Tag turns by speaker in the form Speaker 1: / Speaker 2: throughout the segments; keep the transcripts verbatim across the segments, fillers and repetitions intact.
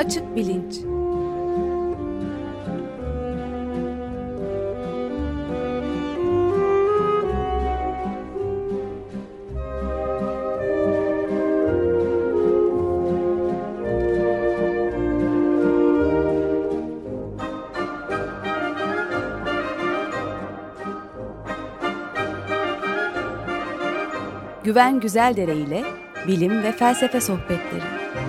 Speaker 1: Açık bilinç. Güven Güzeldere ile bilim ve felsefe sohbetleri.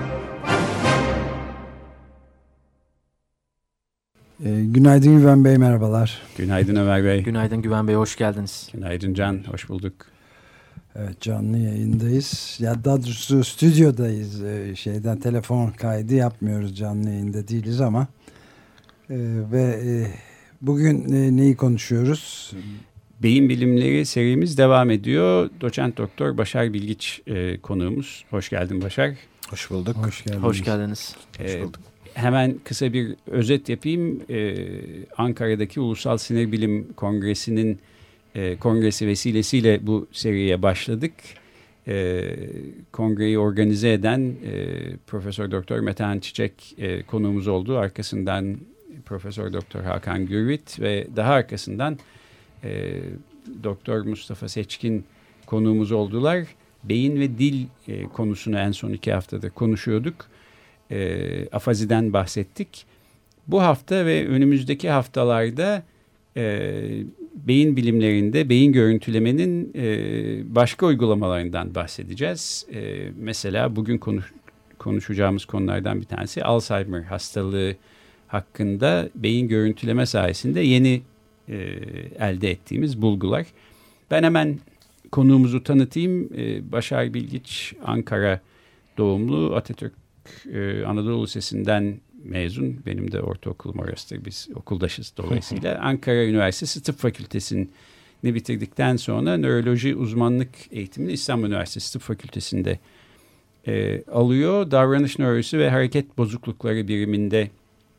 Speaker 2: E, günaydın Güven Bey, merhabalar.
Speaker 3: Günaydın Ömer Bey.
Speaker 4: Günaydın Güven Bey, hoş geldiniz.
Speaker 3: Günaydın Can, hoş bulduk.
Speaker 2: Evet, canlı yayındayız. Ya daha doğrusu stüdyodayız. E, şeyden telefon kaydı yapmıyoruz, canlı yayında değiliz ama. E, ve e, bugün e, neyi konuşuyoruz?
Speaker 3: Beyin bilimleri serimiz devam ediyor. Doçent Doktor Başar Bilgiç e, konuğumuz. Hoş geldin Başar.
Speaker 5: Hoş bulduk.
Speaker 2: Hoş geldiniz.
Speaker 4: Hoş geldiniz.
Speaker 3: E, hoş bulduk. Hemen kısa bir özet yapayım. E, Ankara'daki Ulusal Sinir Bilim Kongresi'nin e, kongresi vesilesiyle bu seriye başladık. E, kongreyi organize eden e, Profesör Doktor Metehan Çiçek e, konuğumuz oldu. Arkasından Profesör Doktor Hakan Gürvit ve daha arkasından E, Doktor Mustafa Seçkin konuğumuz oldular. Beyin ve dil e, konusunu en son iki haftada konuşuyorduk. E, afaziden bahsettik. Bu hafta ve önümüzdeki haftalarda e, beyin bilimlerinde beyin görüntülemenin e, başka uygulamalarından bahsedeceğiz. E, mesela bugün konuş, konuşacağımız konulardan bir tanesi Alzheimer hastalığı hakkında beyin görüntüleme sayesinde yeni E, elde ettiğimiz bulgular. Ben hemen konuğumuzu tanıtayım. E, Başar Bilgiç, Ankara doğumlu, Atatürk e, Anadolu Lisesi'nden mezun. Benim de ortaokulum orasıdır. Biz okuldaşız dolayısıyla. Ankara Üniversitesi Tıp Fakültesini bitirdikten sonra nöroloji uzmanlık eğitimini İstanbul Üniversitesi Tıp Fakültesi'nde e, alıyor. Davranış nörolojisi ve hareket bozuklukları biriminde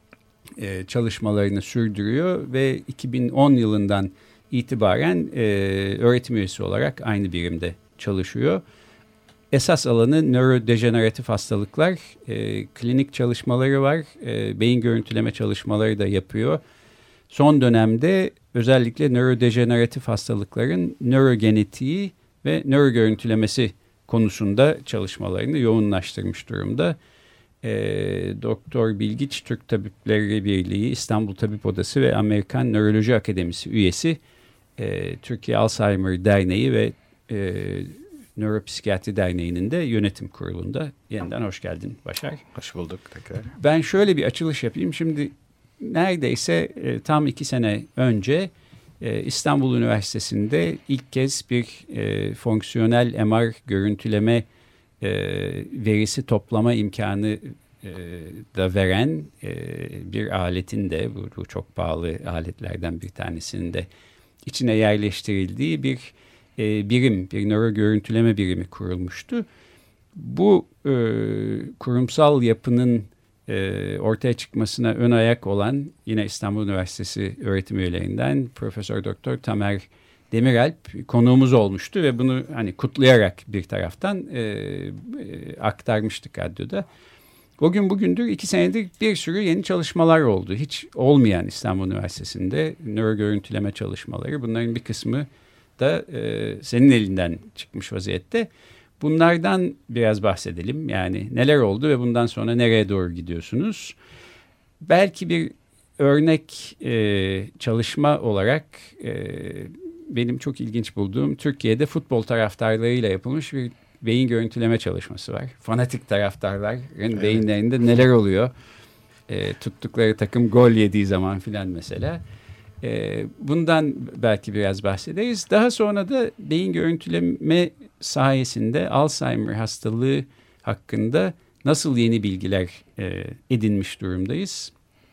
Speaker 3: çalışmalarını sürdürüyor ve iki bin on yılından itibaren e, öğretim üyesi olarak aynı birimde çalışıyor. Esas alanı nörodejeneratif hastalıklar, e, klinik çalışmaları var, e, beyin görüntüleme çalışmaları da yapıyor. Son dönemde özellikle nörodejeneratif hastalıkların nörogenetiği ve nörogörüntülemesi konusunda çalışmalarını yoğunlaştırmış durumda. E, Doktor Bilgiç, Türk Tabipleri Birliği, İstanbul Tabip Odası ve Amerikan Nöroloji Akademisi üyesi. E, Türkiye Alzheimer Derneği ve e, Nöropsikiyatri Derneği'nin de yönetim kurulunda. Yeniden hoş geldin Başar.
Speaker 5: Hoş bulduk tekrar.
Speaker 3: Ben şöyle bir açılış yapayım. Şimdi neredeyse e, tam iki sene önce e, İstanbul Üniversitesi'nde ilk kez bir e, fonksiyonel M R görüntüleme E, verisi toplama imkanı e, da veren e, bir aletin de bu, bu çok pahalı aletlerden bir tanesinin de içine yerleştirildiği bir e, birim, bir nöro görüntüleme birimi kurulmuştu. Bu e, kurumsal yapının e, ortaya çıkmasına ön ayak olan yine İstanbul Üniversitesi öğretim üyelerinden Profesör Doktor Tamer Demiralp konuğumuz olmuştu ve bunu hani kutlayarak bir taraftan e, e, aktarmıştık radyoda. O gün bugündür iki senedir bir sürü yeni çalışmalar oldu. Hiç olmayan İstanbul Üniversitesi'nde nöro görüntüleme çalışmaları. Bunların bir kısmı da e, senin elinden çıkmış vaziyette. Bunlardan biraz bahsedelim. Yani neler oldu ve bundan sonra nereye doğru gidiyorsunuz? Belki bir örnek e, çalışma olarak E, benim çok ilginç bulduğum Türkiye'de futbol taraftarlarıyla yapılmış bir beyin görüntüleme çalışması var. Fanatik taraftarların evet. beyinlerinde neler oluyor? E, tuttukları takım gol yediği zaman filan mesela. E, bundan belki biraz bahsederiz. Daha sonra da beyin görüntüleme sayesinde Alzheimer hastalığı hakkında nasıl yeni bilgiler e, edinmiş durumdayız?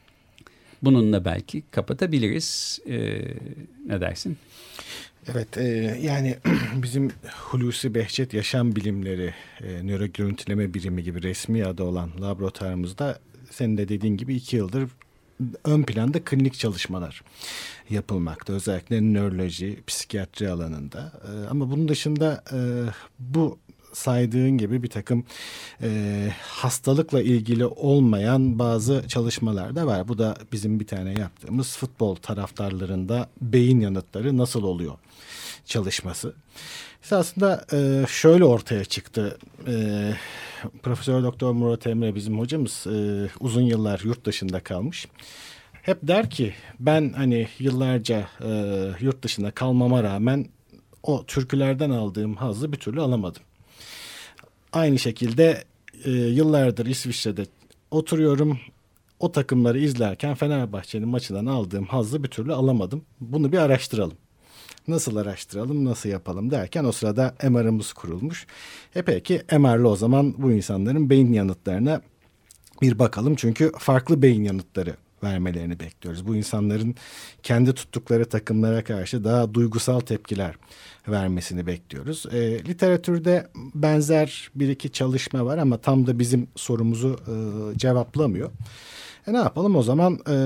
Speaker 3: Bununla belki kapatabiliriz. E, ne dersin?
Speaker 5: Evet, e, yani bizim Hulusi Behçet Yaşam Bilimleri e, nöro görüntüleme birimi gibi resmi adı olan laboratuvarımızda senin de dediğin gibi iki yıldır ön planda klinik çalışmalar yapılmakta. Özellikle nöroloji, psikiyatri alanında. E, ama bunun dışında e, bu saydığın gibi bir takım e, hastalıkla ilgili olmayan bazı çalışmalar da var. Bu da bizim bir tane yaptığımız futbol taraftarlarında beyin yanıtları nasıl oluyor çalışması. Aslında e, şöyle ortaya çıktı. E, Profesör Doktor Murat Emre bizim hocamız e, uzun yıllar yurt dışında kalmış. Hep der ki ben hani yıllarca e, yurt dışında kalmama rağmen o türkülerden aldığım hazzı bir türlü alamadım. Aynı şekilde e, yıllardır İsviçre'de oturuyorum. O takımları izlerken Fenerbahçe'nin maçından aldığım hazzı bir türlü alamadım. Bunu bir araştıralım. Nasıl araştıralım, nasıl yapalım derken o sırada M R'ımız kurulmuş. E peki M R'lı o zaman bu insanların beyin yanıtlarına bir bakalım. Çünkü farklı beyin yanıtları vermelerini bekliyoruz. Bu insanların kendi tuttukları takımlara karşı daha duygusal tepkiler vermesini bekliyoruz. E, literatürde benzer bir iki çalışma var ama tam da bizim sorumuzu e, cevaplamıyor. E ne yapalım o zaman e,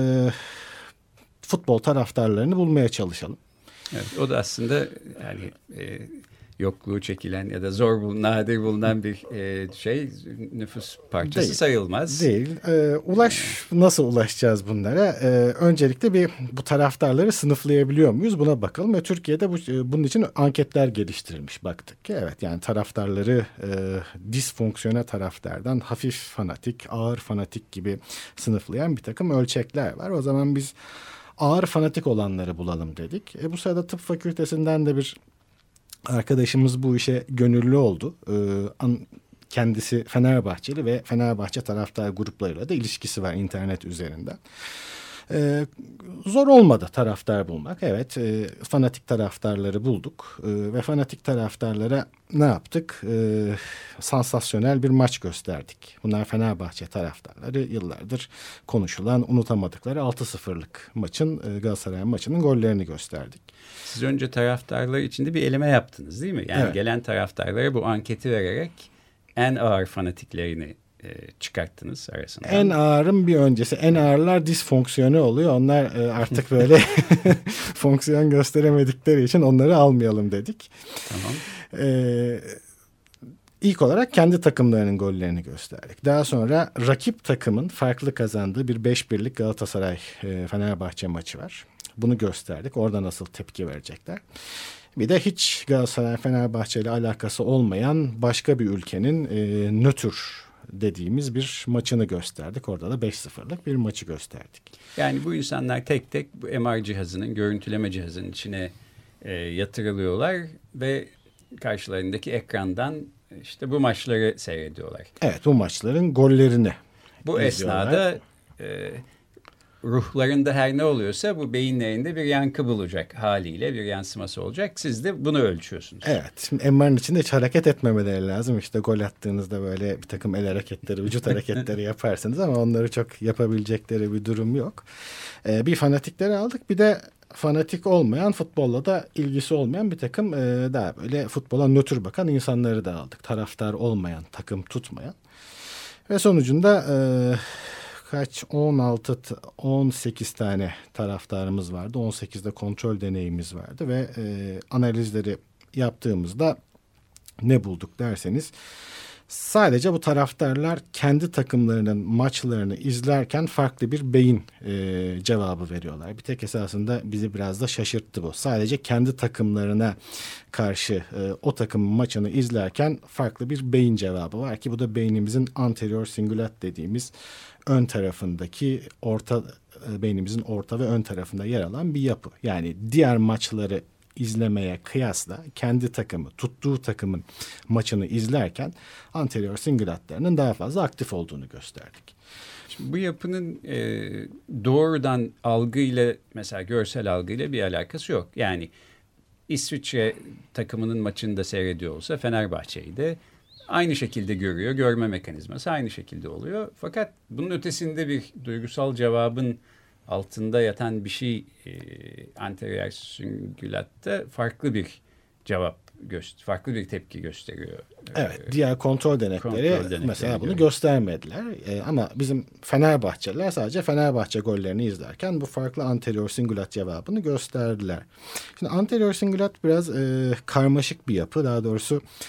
Speaker 5: futbol taraftarlarını bulmaya çalışalım.
Speaker 3: Evet, o da aslında yani e, yokluğu çekilen ya da zor bulunan, nadir bulunan bir e, şey nüfus parçası
Speaker 5: Değil.
Speaker 3: sayılmaz.
Speaker 5: Değil. Ee, ulaş nasıl ulaşacağız bunlara? Ee, öncelikle bir bu taraftarları sınıflayabiliyor muyuz? Buna bakalım. Ve Türkiye'de bu, bunun için anketler geliştirilmiş. Baktık ki evet yani taraftarları e, disfonksiyonel taraftardan hafif fanatik, ağır fanatik gibi sınıflayan bir takım ölçekler var. O zaman biz ağır fanatik olanları bulalım dedik. E, bu sırada tıp fakültesinden de bir arkadaşımız bu işe gönüllü oldu. Ee, an, kendisi Fenerbahçeli ve Fenerbahçe taraftar gruplarıyla da ilişkisi var internet üzerinden. Ee, zor olmadı taraftar bulmak. Evet, e, fanatik taraftarları bulduk e, ve fanatik taraftarlara ne yaptık? E, sansasyonel bir maç gösterdik. Bunlar Fenerbahçe taraftarları yıllardır konuşulan, unutamadıkları altı sıfırlık maçın, e, Galatasaray maçının gollerini gösterdik.
Speaker 3: Siz önce taraftarlar içinde bir eleme yaptınız değil mi? Yani
Speaker 5: evet.
Speaker 3: Gelen taraftarlara bu anketi vererek en ağır fanatiklerini e, çıkarttınız arasından.
Speaker 5: En ağırın bir öncesi. En ağırlar disfonksiyonu oluyor. Onlar e, artık böyle fonksiyon gösteremedikleri için onları almayalım dedik.
Speaker 3: Tamam.
Speaker 5: Ee, ilk olarak kendi takımlarının gollerini gösterdik. Daha sonra rakip takımın farklı kazandığı bir beş birlik Galatasaray e, Fenerbahçe maçı var. Bunu gösterdik. Orada nasıl tepki verecekler. Bir de hiç Galatasaray Fenerbahçe ile alakası olmayan başka bir ülkenin e, nötr dediğimiz bir maçını gösterdik. Orada da beş sıfırlık bir maçı gösterdik.
Speaker 3: Yani bu insanlar tek tek bu M R cihazının, görüntüleme cihazının içine e, yatırılıyorlar ve karşılarındaki ekrandan işte bu maçları seyrediyorlar.
Speaker 5: Evet, bu maçların gollerini
Speaker 3: Bu
Speaker 5: izliyorlar.
Speaker 3: esnada e, ruhlarında her ne oluyorsa bu beyinlerinde bir yankı bulacak haliyle, bir yansıması olacak. Siz de bunu ölçüyorsunuz.
Speaker 5: Evet. Şimdi M R'ın içinde hiç hareket etmemeleri lazım. İşte gol attığınızda böyle bir takım el hareketleri, vücut hareketleri yaparsınız ama onları çok yapabilecekleri bir durum yok. Ee, bir fanatikleri aldık. Bir de fanatik olmayan, futbolla da ilgisi olmayan bir takım e, daha böyle futbola nötr bakan insanları da aldık. Taraftar olmayan, takım tutmayan. Ve sonucunda e, kaç on altı on sekiz tane taraftarımız vardı. on sekizde kontrol deneyimiz vardı ve e, analizleri yaptığımızda ne bulduk derseniz sadece bu taraftarlar kendi takımlarının maçlarını izlerken farklı bir beyin e, cevabı veriyorlar. Bir tek esasında bizi biraz da şaşırttı bu. Sadece kendi takımlarına karşı e, o takımın maçını izlerken farklı bir beyin cevabı var ki bu da beynimizin anterior singulat dediğimiz ön tarafındaki orta e, beynimizin orta ve ön tarafında yer alan bir yapı. Yani diğer maçları izlemeye kıyasla kendi takımı, tuttuğu takımın maçını izlerken anterior singulatlarının daha fazla aktif olduğunu gösterdik.
Speaker 3: Şimdi bu yapının e, doğrudan algıyla, mesela görsel algıyla bir alakası yok. Yani İsviçre takımının maçını da seyrediyor olsa Fenerbahçe'yi de aynı şekilde görüyor. Görme mekanizması aynı şekilde oluyor. Fakat bunun ötesinde bir duygusal cevabın altında yatan bir şey e, anterior singulatta farklı bir cevap, göster farklı bir tepki gösteriyor.
Speaker 5: Evet, diğer kontrol denekleri, kontrol denekleri mesela bunu göre göstermediler. E, ama bizim Fenerbahçeliler sadece Fenerbahçe gollerini izlerken bu farklı anterior singulat cevabını gösterdiler. Şimdi anterior singulat biraz e, karmaşık bir yapı. Daha doğrusu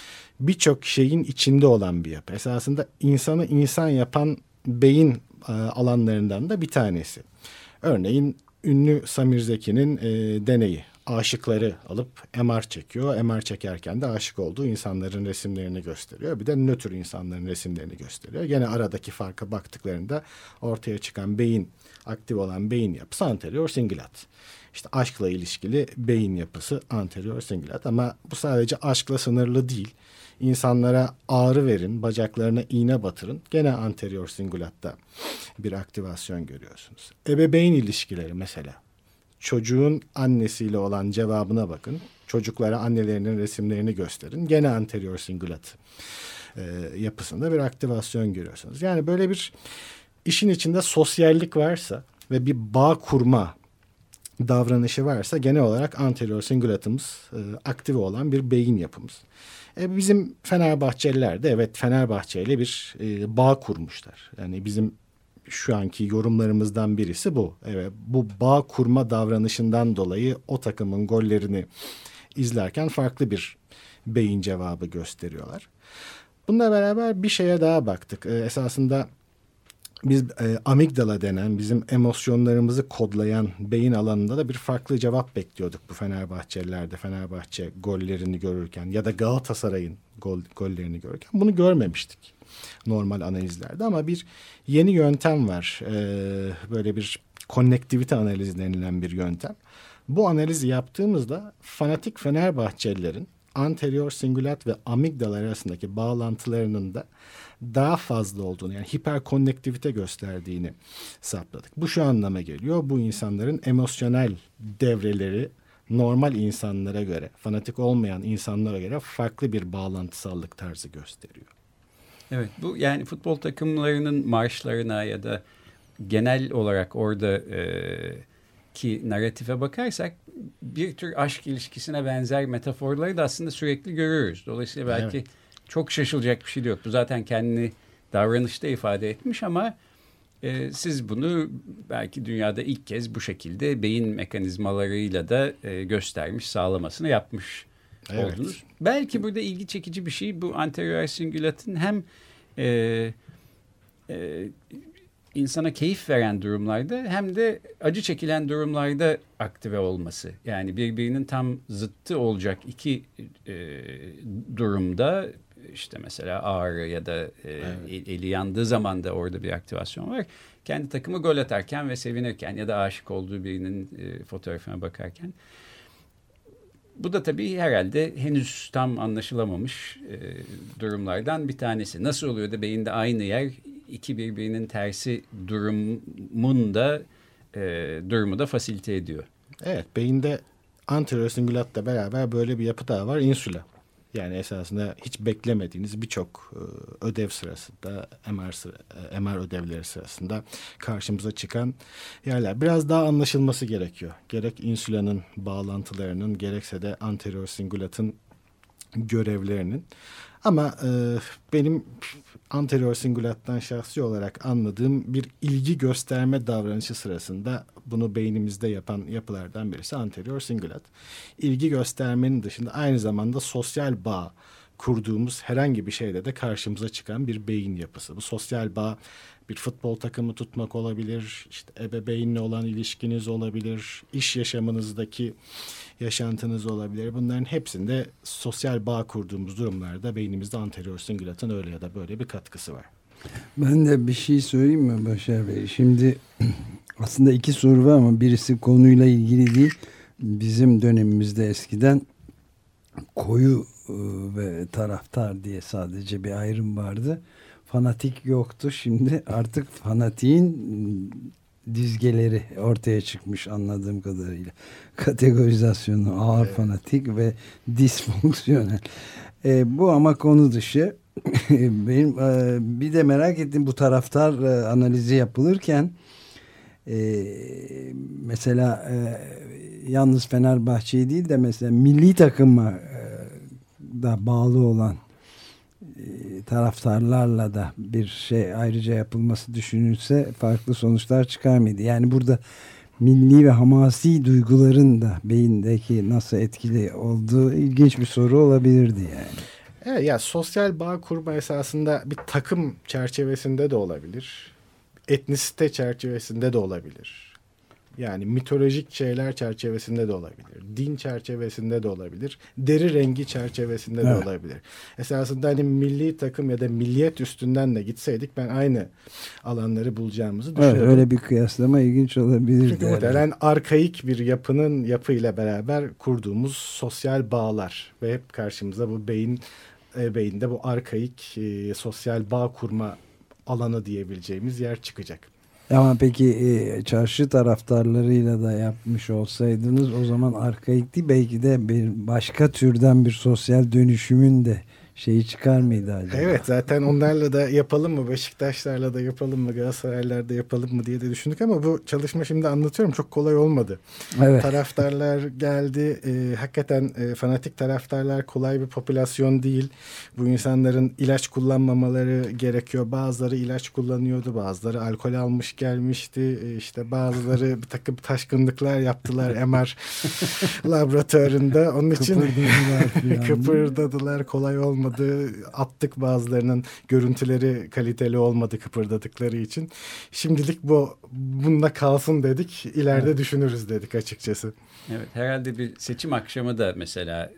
Speaker 5: birçok şeyin içinde olan bir yapı. Esasında insanı insan yapan beyin e, alanlarından da bir tanesi. Örneğin ünlü Samir Zeki'nin e, deneyi. Aşıkları alıp M R çekiyor. M R çekerken de aşık olduğu insanların resimlerini gösteriyor. Bir de nötr insanların resimlerini gösteriyor. Gene aradaki farka baktıklarında ortaya çıkan beyin, aktif olan beyin yapısı anterior singulat. İşte aşkla ilişkili beyin yapısı anterior singulat. Ama bu sadece aşkla sınırlı değil. İnsanlara ağrı verin, bacaklarına iğne batırın. Gene anterior singulatta bir aktivasyon görüyorsunuz. Ebeveyn ilişkileri mesela. Çocuğun annesiyle olan cevabına bakın. Çocuklara annelerinin resimlerini gösterin. Gene anterior singulat e, yapısında bir aktivasyon görüyorsunuz. Yani böyle bir işin içinde sosyallik varsa ve bir bağ kurma davranışı varsa genel olarak anterior singulatımız e, aktive olan bir beyin yapımız. E, bizim Fenerbahçeliler de evet Fenerbahçe ile bir e, bağ kurmuşlar. Yani bizim şu anki yorumlarımızdan birisi bu. Evet, bu bağ kurma davranışından dolayı o takımın gollerini izlerken farklı bir beyin cevabı gösteriyorlar. Bununla beraber bir şeye daha baktık. Ee, esasında biz e, amigdala denen bizim emosyonlarımızı kodlayan beyin alanında da bir farklı cevap bekliyorduk bu Fenerbahçelilerde. Fenerbahçe gollerini görürken ya da Galatasaray'ın gol, gollerini görürken bunu görmemiştik normal analizlerde, ama bir yeni yöntem var. Ee, böyle bir konnektivite analizi denilen bir yöntem. Bu analizi yaptığımızda fanatik Fenerbahçelilerin anterior singulat ve amigdala arasındaki bağlantılarının da daha fazla olduğunu, yani hiperkonnektivite gösterdiğini saptadık. Bu şu anlama geliyor: bu insanların emosyonel devreleri normal insanlara göre, fanatik olmayan insanlara göre farklı bir bağlantısallık tarzı gösteriyor.
Speaker 3: Evet, bu yani futbol takımlarının marşlarına ya da genel olarak orada e, ki narratife bakarsak bir tür aşk ilişkisine benzer metaforları da aslında sürekli görüyoruz. Dolayısıyla belki evet, çok şaşılacak bir şey de yok. Bu zaten kendini davranışta ifade etmiş ama e, siz bunu belki dünyada ilk kez bu şekilde beyin mekanizmalarıyla da e, göstermiş, sağlamasını yapmış evet, oldunuz. Belki burada ilgi çekici bir şey bu anterior singulatın hem e, e, insana keyif veren durumlarda hem de acı çekilen durumlarda aktive olması. Yani birbirinin tam zıttı olacak iki e, durumda, işte mesela ağrı ya da e, evet, eli yandığı zaman da orada bir aktivasyon var. Kendi takımı gol atarken ve sevinirken ya da aşık olduğu birinin e, fotoğrafına bakarken. Bu da tabii herhalde henüz tam anlaşılamamış e, durumlardan bir tanesi. Nasıl oluyor da beyinde aynı yer iki birbirinin tersi durumun da e, durumu da fasilite ediyor.
Speaker 5: Evet, beyinde anterior singulatla beraber böyle bir yapı daha var, insula. Yani esasında hiç beklemediğiniz birçok e, ödev sırasında, M R, sıra, e, M R ödevleri sırasında karşımıza çıkan yerler. Biraz daha anlaşılması gerekiyor. Gerek insulanın bağlantılarının, gerekse de anterior singulatın görevlerinin. Ama e, benim anterior singulattan şahsi olarak anladığım bir ilgi gösterme davranışı sırasında bunu beynimizde yapan yapılardan birisi anterior singulat. İlgi göstermenin dışında aynı zamanda sosyal bağ kurduğumuz herhangi bir şeyde de karşımıza çıkan bir beyin yapısı. Bu sosyal bağ bir futbol takımı tutmak olabilir, işte ebeveynle olan ilişkiniz olabilir, iş yaşamınızdaki yaşantınız olabilir. Bunların hepsinde sosyal bağ kurduğumuz durumlarda beynimizde anterior singulatın öyle ya da böyle bir katkısı var.
Speaker 2: Ben de bir şey söyleyeyim mi Başar Bey? Şimdi aslında iki soru var ama birisi konuyla ilgili değil. Bizim dönemimizde eskiden koyu ve taraftar diye sadece bir ayrım vardı. Fanatik yoktu. Şimdi artık fanatiğin dizgeleri ortaya çıkmış anladığım kadarıyla. Kategorizasyonu ağır evet, fanatik ve disfonksiyonel. E, bu ama konu dışı. Benim e, bir de merak ettiğim bu taraftar e, analizi yapılırken e, mesela e, yalnız Fenerbahçe'yi değil de mesela milli takıma e, da bağlı olan taraftarlarla da bir şey ayrıca yapılması düşünülse farklı sonuçlar çıkar mıydı? Yani burada milli ve hamasi duyguların da beyindeki nasıl etkili olduğu ilginç bir soru olabilirdi yani.
Speaker 5: Evet, ya sosyal bağ kurma esasında bir takım çerçevesinde de olabilir. Etnisite çerçevesinde de olabilir. Yani mitolojik şeyler çerçevesinde de olabilir. Din çerçevesinde de olabilir. Deri rengi çerçevesinde evet. de olabilir. Esasında hani milli takım ya da milliyet üstünden de gitseydik ben aynı alanları bulacağımızı düşünüyorum.
Speaker 2: Evet, öyle bir kıyaslama ilginç olabilir.
Speaker 5: Çünkü muhtemelen arkaik bir yapının yapıyla beraber kurduğumuz sosyal bağlar ve hep karşımıza bu beyin e, beyinde bu arkaik e, sosyal bağ kurma alanı diyebileceğimiz yer çıkacak.
Speaker 2: Ama peki e, çarşı taraftarlarıyla da yapmış olsaydınız o zaman arkaik değil, belki de bir başka türden bir sosyal dönüşümün de şeyi çıkar mıydı acaba?
Speaker 5: Evet, zaten onlarla da yapalım mı, Beşiktaşlarla da yapalım mı, Galatasaraylarla da yapalım mı diye de düşündük ama bu çalışma şimdi anlatıyorum çok kolay olmadı. Evet. Taraftarlar geldi. E, hakikaten e, fanatik taraftarlar kolay bir popülasyon değil. Bu insanların ilaç kullanmamaları gerekiyor. Bazıları ilaç kullanıyordu, bazıları alkol almış gelmişti. E, işte bazıları bir takım taşkınlıklar yaptılar M R laboratuvarında. Onun için kıpırdadılar. kıpırdadılar, kolay olmadı. Attık, bazılarının görüntüleri kaliteli olmadı kıpırdadıkları için. Şimdilik bu bununla kalsın dedik. İleride evet. düşünürüz dedik açıkçası.
Speaker 3: Evet, herhalde bir seçim akşamı da mesela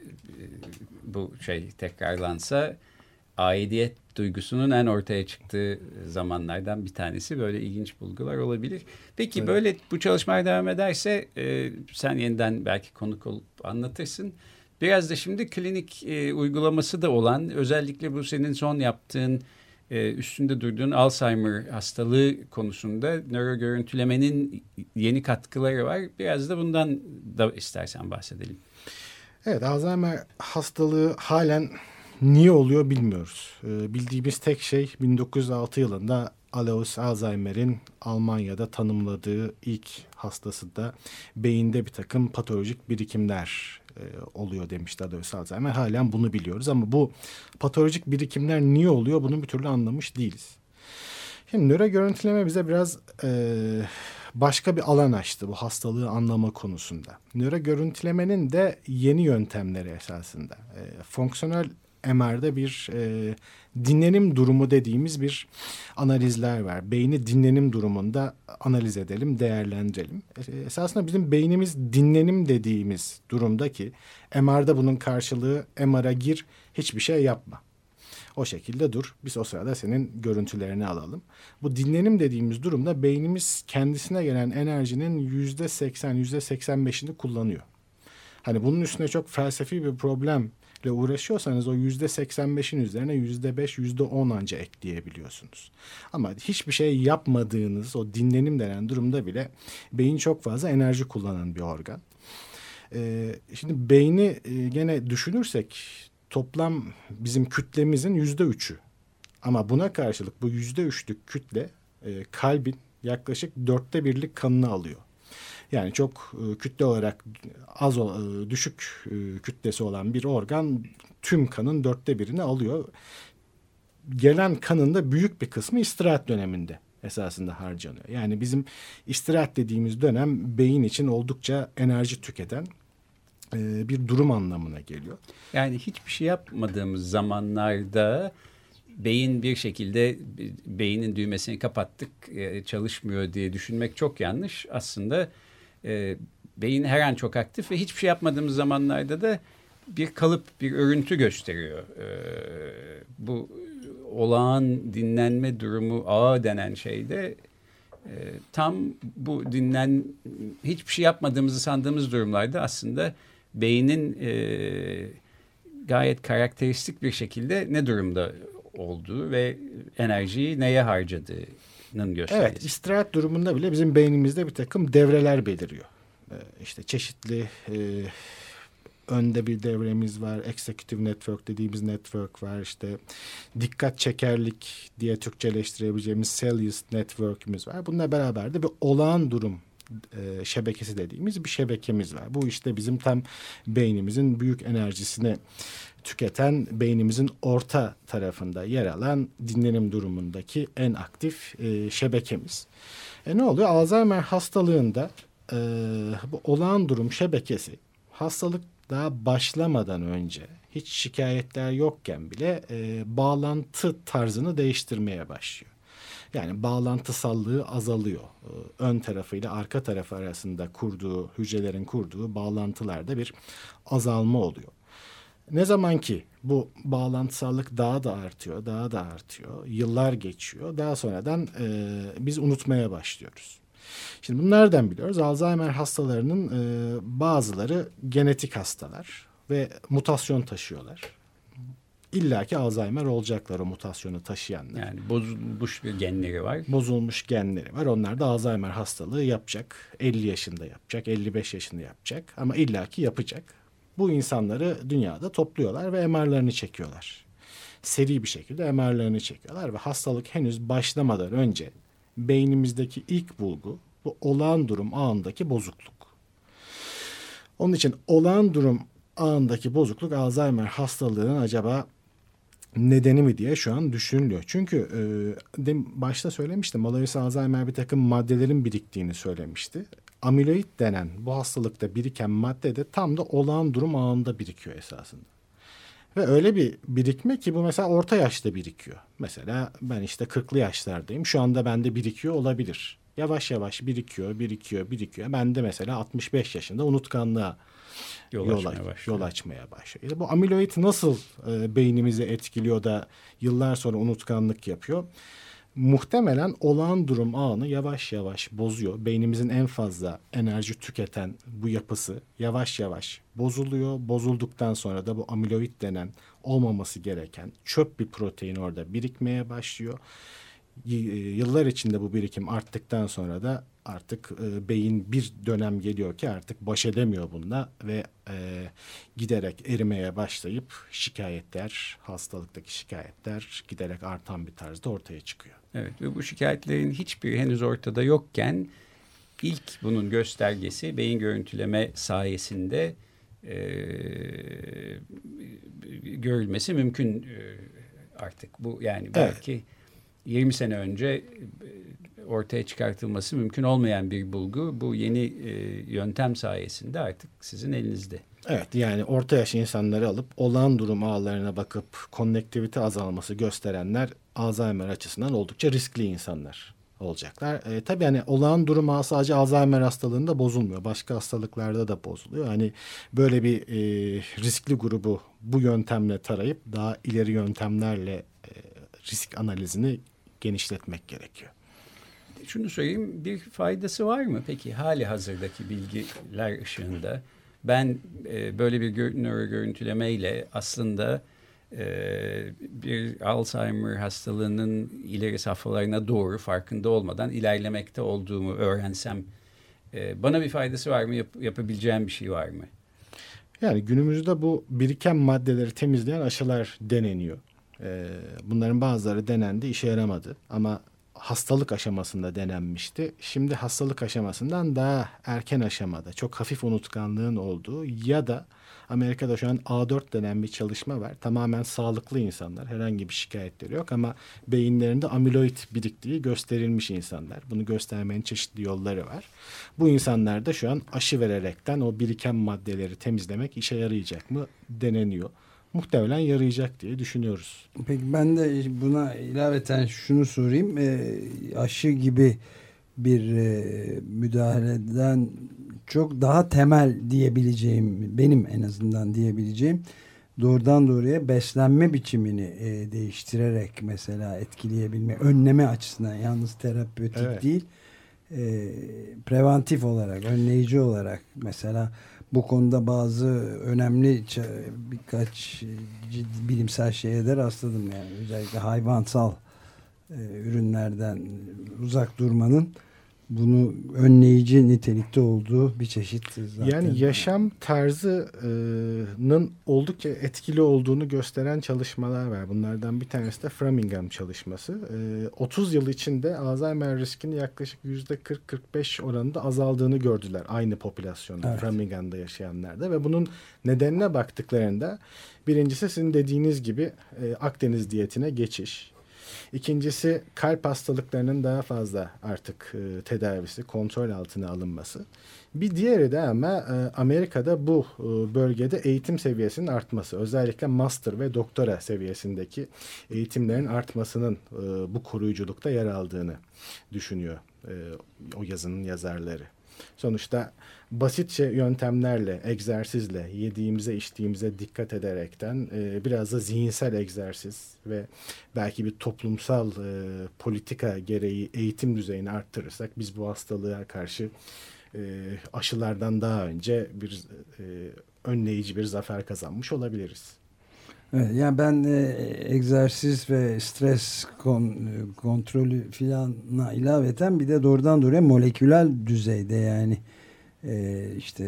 Speaker 3: bu şey tekrarlansa aidiyet duygusunun en ortaya çıktığı zamanlardan bir tanesi, böyle ilginç bulgular olabilir. Peki evet. böyle bu çalışmalar devam ederse e, sen yeniden belki konuk olup anlatırsın. Biraz da şimdi klinik e, uygulaması da olan, özellikle bu senin son yaptığın, e, üstünde durduğun Alzheimer hastalığı konusunda nörogörüntülemenin yeni katkıları var. Biraz da bundan da istersen bahsedelim.
Speaker 5: Evet, Alzheimer hastalığı halen niye oluyor bilmiyoruz. E, bildiğimiz tek şey bin dokuz yüz altı yılında Alois Alzheimer'in Almanya'da tanımladığı ilk hastasında beyinde bir takım patolojik birikimler e, oluyor demişti Alois Alzheimer. Halen bunu biliyoruz ama bu patolojik birikimler niye oluyor bunu bir türlü anlamış değiliz. Şimdi nörogörüntüleme bize biraz e, başka bir alan açtı bu hastalığı anlama konusunda. Nörogörüntülemenin de yeni yöntemleri esasında. E, fonksiyonel M R'de bir e, dinlenim durumu dediğimiz bir analizler var. Beyni dinlenim durumunda analiz edelim, değerlendirelim. Esasında bizim beynimiz dinlenim dediğimiz durumdaki M R'da bunun karşılığı M R'a gir, hiçbir şey yapma. O şekilde dur. Biz o sırada senin görüntülerini alalım. Bu dinlenim dediğimiz durumda beynimiz kendisine gelen enerjinin yüzde seksen, yüzde seksen beşini kullanıyor. Hani bunun üstüne çok felsefi bir problem ile uğraşıyorsanız o yüzde seksen beşin üzerine yüzde beş, yüzde on anca ekleyebiliyorsunuz. Ama hiçbir şey yapmadığınız o dinlenim denen durumda bile beyin çok fazla enerji kullanan bir organ. Ee, şimdi beyni e, gene düşünürsek toplam bizim kütlemizin yüzde üçü. Ama buna karşılık bu yüzde üçlük kütle e, kalbin yaklaşık dörtte birlik kanını alıyor. Yani çok e, kütle olarak az e, düşük e, kütlesi olan bir organ tüm kanın dörtte birini alıyor. Gelen kanın da büyük bir kısmı istirahat döneminde esasında harcanıyor. Yani bizim istirahat dediğimiz dönem beyin için oldukça enerji tüketen e, bir durum anlamına geliyor.
Speaker 3: Yani hiçbir şey yapmadığımız zamanlarda beyin bir şekilde beynin düğmesini kapattık, e, çalışmıyor diye düşünmek çok yanlış. Aslında e, beyin her an çok aktif ve hiçbir şey yapmadığımız zamanlarda da bir kalıp, bir örüntü gösteriyor. E, bu olağan dinlenme durumu, A denen şeyde e, tam bu dinlen hiçbir şey yapmadığımızı sandığımız durumlarda aslında beynin e, gayet karakteristik bir şekilde ne durumda olduğu ve enerjiyi neye harcadığının göstergesi.
Speaker 5: Evet, istirahat durumunda bile bizim beynimizde bir takım devreler beliriyor. Ee, işte çeşitli e, önde bir devremiz var. Executive Network dediğimiz network var. İşte dikkat çekerlik diye Türkçeleştirebileceğimiz Cellius Network'ümüz var. Bununla beraber de bir olağan durum e, şebekesi dediğimiz bir şebekemiz var. Bu işte bizim tam beynimizin büyük enerjisini tüketen, beynimizin orta tarafında yer alan dinlenim durumundaki en aktif e, şebekemiz. E ne oluyor? Alzheimer hastalığında e, bu olağan durum şebekesi hastalık daha başlamadan önce hiç şikayetler yokken bile e, bağlantı tarzını değiştirmeye başlıyor. Yani bağlantısallığı azalıyor. Ön tarafıyla arka tarafı arasında kurduğu, hücrelerin kurduğu bağlantılarda bir azalma oluyor. Ne zaman ki bu bağlantısallık daha da artıyor, daha da artıyor, yıllar geçiyor. Daha sonradan e, biz unutmaya başlıyoruz. Şimdi bunu nereden biliyoruz? Alzheimer hastalarının e, bazıları genetik hastalar ve mutasyon taşıyorlar. İlla ki Alzheimer olacaklar o mutasyonu taşıyanlar.
Speaker 3: Yani bozulmuş bir genleri var.
Speaker 5: Bozulmuş genleri var. Onlar da Alzheimer hastalığı yapacak. elli yaşında yapacak, elli beş yaşında yapacak ama illaki yapacak. Bu insanları dünyada topluyorlar ve M R'larını çekiyorlar. Seri bir şekilde M R'larını çekiyorlar ve hastalık henüz başlamadan önce beynimizdeki ilk bulgu bu olağan durum ağındaki bozukluk. Onun için olağan durum ağındaki bozukluk Alzheimer hastalığının acaba nedeni mi diye şu an düşünülüyor. Çünkü e, de başta söylemiştim, Alois Alzheimer bir takım maddelerin biriktiğini söylemişti. Amiloid denen bu hastalıkta biriken madde de tam da olağan durum ağında birikiyor esasında. Ve öyle bir birikme ki bu mesela orta yaşta birikiyor. Mesela ben işte kırklı yaşlardayım. Şu anda bende birikiyor olabilir. Yavaş yavaş birikiyor, birikiyor, birikiyor. Ben de mesela altmış beş yaşında unutkanlığa
Speaker 3: Yol,
Speaker 5: yol,
Speaker 3: açmaya, başlıyor.
Speaker 5: yol açmaya başlıyor. Bu amiloid nasıl e, beynimizi etkiliyor da yıllar sonra unutkanlık yapıyor? Muhtemelen olağan durum ağını yavaş yavaş bozuyor. Beynimizin en fazla enerji tüketen bu yapısı yavaş yavaş bozuluyor. Bozulduktan sonra da bu amiloid denen olmaması gereken çöp bir protein orada birikmeye başlıyor. Yıllar içinde bu birikim arttıktan sonra da artık e, beyin bir dönem geliyor ki artık baş edemiyor bununla ve e, giderek erimeye başlayıp şikayetler, hastalıktaki şikayetler giderek artan bir tarzda ortaya çıkıyor.
Speaker 3: Evet ve bu şikayetlerin hiçbiri henüz ortada yokken ilk bunun göstergesi beyin görüntüleme sayesinde e, görülmesi mümkün e, artık. Bu yani belki evet. yirmi sene önce ortaya çıkartılması mümkün olmayan bir bulgu. Bu yeni e, yöntem sayesinde artık sizin elinizde.
Speaker 5: Evet, yani orta yaş insanları alıp olağan durum ağlarına bakıp konnektivite azalması gösterenler Alzheimer açısından oldukça riskli insanlar olacaklar. E, tabii hani olağan durum ağı sadece Alzheimer hastalığında bozulmuyor. Başka hastalıklarda da bozuluyor. Hani böyle bir e, riskli grubu bu yöntemle tarayıp daha ileri yöntemlerle e, risk analizini genişletmek gerekiyor.
Speaker 3: Şunu söyleyeyim, bir faydası var mı peki hali hazırdaki bilgiler ışığında? Ben e, böyle bir gör, nöro görüntülemeyle aslında e, bir Alzheimer hastalığının ileri safhalarına doğru farkında olmadan ilerlemekte olduğumu öğrensem e, bana bir faydası var mı? Yap, yapabileceğim bir şey var mı?
Speaker 5: Yani günümüzde bu biriken maddeleri temizleyen aşılar deneniyor. E, bunların bazıları denendi, işe yaramadı ama hastalık aşamasında denenmişti. Şimdi hastalık aşamasından daha erken aşamada çok hafif unutkanlığın olduğu ya da Amerika'da şu an A dört denen bir çalışma var. Tamamen sağlıklı insanlar, herhangi bir şikayetleri yok ama beyinlerinde amiloid biriktiği gösterilmiş insanlar. Bunu göstermenin çeşitli yolları var. Bu insanlar da şu an aşı vererekten o biriken maddeleri temizlemek işe yarayacak mı deneniyor. Muhtemelen yarayacak diye düşünüyoruz.
Speaker 2: Peki ben de buna ilaveten şunu sorayım. E, aşı gibi bir e, müdahaleden çok daha temel diyebileceğim, benim en azından diyebileceğim doğrudan doğruya beslenme biçimini e, değiştirerek mesela etkileyebilme, önleme açısından, yalnız terapötik evet. değil, e, preventif olarak, önleyici olarak mesela bu konuda bazı önemli birkaç ciddi bilimsel şeye de rastladım. Yani özellikle hayvansal e, ürünlerden uzak durmanın bunu önleyici nitelikte olduğu bir çeşit zaten.
Speaker 5: Yani yaşam tarzının oldukça etkili olduğunu gösteren çalışmalar var. Bunlardan bir tanesi de Framingham çalışması. otuz yıl içinde Alzheimer riskinin yaklaşık yüzde kırk kırk beş oranında azaldığını gördüler aynı popülasyonda, evet. Framingham'da yaşayanlarda ve bunun nedenine baktıklarında birincisi sizin dediğiniz gibi Akdeniz diyetine geçiş. İkincisi kalp hastalıklarının daha fazla artık e, tedavisi, kontrol altına alınması. Bir diğeri de ama e, Amerika'da bu e, bölgede eğitim seviyesinin artması. Özellikle master ve doktora seviyesindeki eğitimlerin artmasının e, bu koruyuculukta yer aldığını düşünüyor e, o yazının yazarları. Sonuçta basitçe yöntemlerle, egzersizle, yediğimize içtiğimize dikkat ederekten e, biraz da zihinsel egzersiz ve belki bir toplumsal e, politika gereği eğitim düzeyini arttırırsak biz bu hastalığa karşı e, aşılardan daha önce bir e, önleyici bir zafer kazanmış olabiliriz.
Speaker 2: Evet, yani ben e, egzersiz ve stres kon, kontrolü filana ilaveten bir de doğrudan doğruya moleküler düzeyde yani e, işte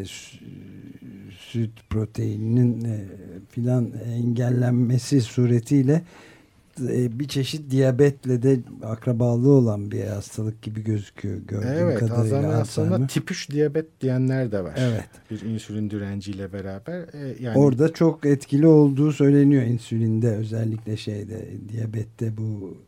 Speaker 2: süt proteininin e, filan engellenmesi suretiyle e, bir çeşit diyabetle de akrabalığı olan bir hastalık gibi gözüküyor gördüğüm
Speaker 5: evet,
Speaker 2: kadarıyla.
Speaker 5: Evet, aslında tip üç diyabet diyenler de var.
Speaker 2: Evet.
Speaker 5: Bir insülin direnciyle beraber. E, yani
Speaker 2: orada çok etkili olduğu söyleniyor insülinde, özellikle şeyde diyabette bu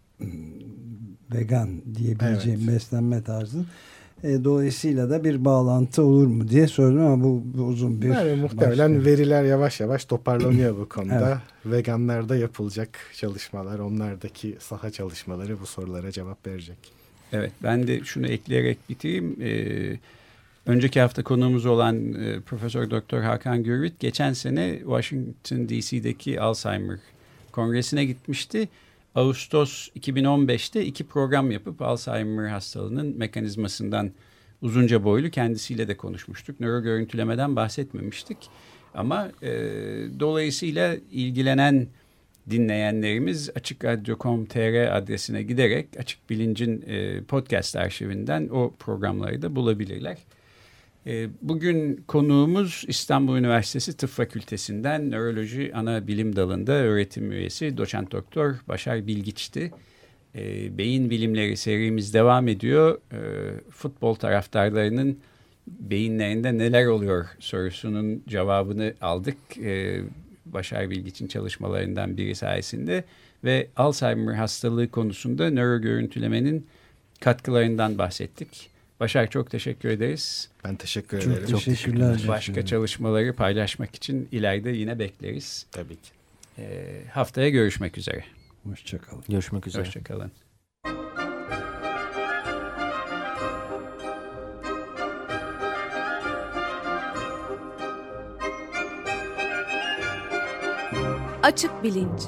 Speaker 2: vegan diyebileceğim evet. beslenme tarzı. E, dolayısıyla da bir bağlantı olur mu diye sordum ama bu, bu uzun bir...
Speaker 5: Yani muhtemelen başka... veriler yavaş yavaş toparlanıyor bu konuda.
Speaker 2: Evet.
Speaker 5: Veganlarda yapılacak çalışmalar, onlardaki saha çalışmaları bu sorulara cevap verecek.
Speaker 3: Evet, ben de şunu ekleyerek bitireyim. Ee, önceki hafta konuğumuz olan e, Profesör Doktor Hakan Gürvit geçen sene Washington D C'deki Alzheimer Kongresi'ne gitmişti. Ağustos iki bin on beşte iki program yapıp Alzheimer hastalığının mekanizmasından uzunca boylu kendisiyle de konuşmuştuk. Nöro görüntülemeden bahsetmemiştik. Ama e, dolayısıyla ilgilenen dinleyenlerimiz Açık Radyo nokta com nokta tr adresine giderek Açık Bilinc'in e, podcast arşivinden o programları da bulabilirler. E, bugün konuğumuz İstanbul Üniversitesi Tıp Fakültesinden Nöroloji Ana Bilim Dalı'nda öğretim üyesi Doçent Doktor Başar Bilgiç'ti. E, Beyin Bilimleri serimiz devam ediyor. E, futbol taraftarlarının beyinlerinde neler oluyor sorusunun cevabını aldık. E, Başar Bilgiç'in çalışmalarından biri sayesinde ve Alzheimer hastalığı konusunda nöro görüntülemenin katkılarından bahsettik. Başar, çok teşekkür ederiz.
Speaker 5: Ben teşekkür
Speaker 2: çok
Speaker 5: ederim.
Speaker 2: Çok teşekkürler.
Speaker 3: Başka çalışmaları paylaşmak için ileride yine bekleriz.
Speaker 5: Tabii ki.
Speaker 3: Ee, haftaya görüşmek üzere.
Speaker 2: Hoşçakalın.
Speaker 4: Görüşmek üzere.
Speaker 3: Hoşçakalın.
Speaker 1: Açık Bilinç.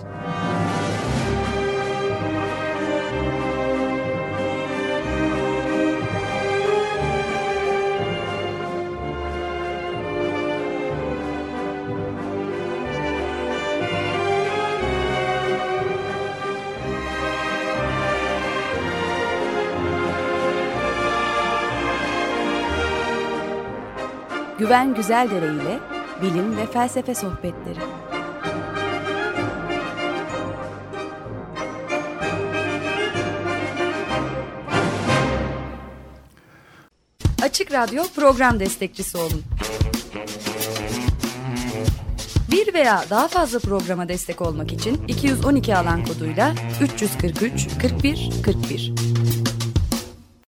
Speaker 1: Güven Güzeldere ile bilim ve felsefe sohbetleri. Açık Radyo program destekçisi olun. Bir veya daha fazla programa destek olmak için iki yüz on iki alan koduyla üç yüz kırk üç kırk bir kırk bir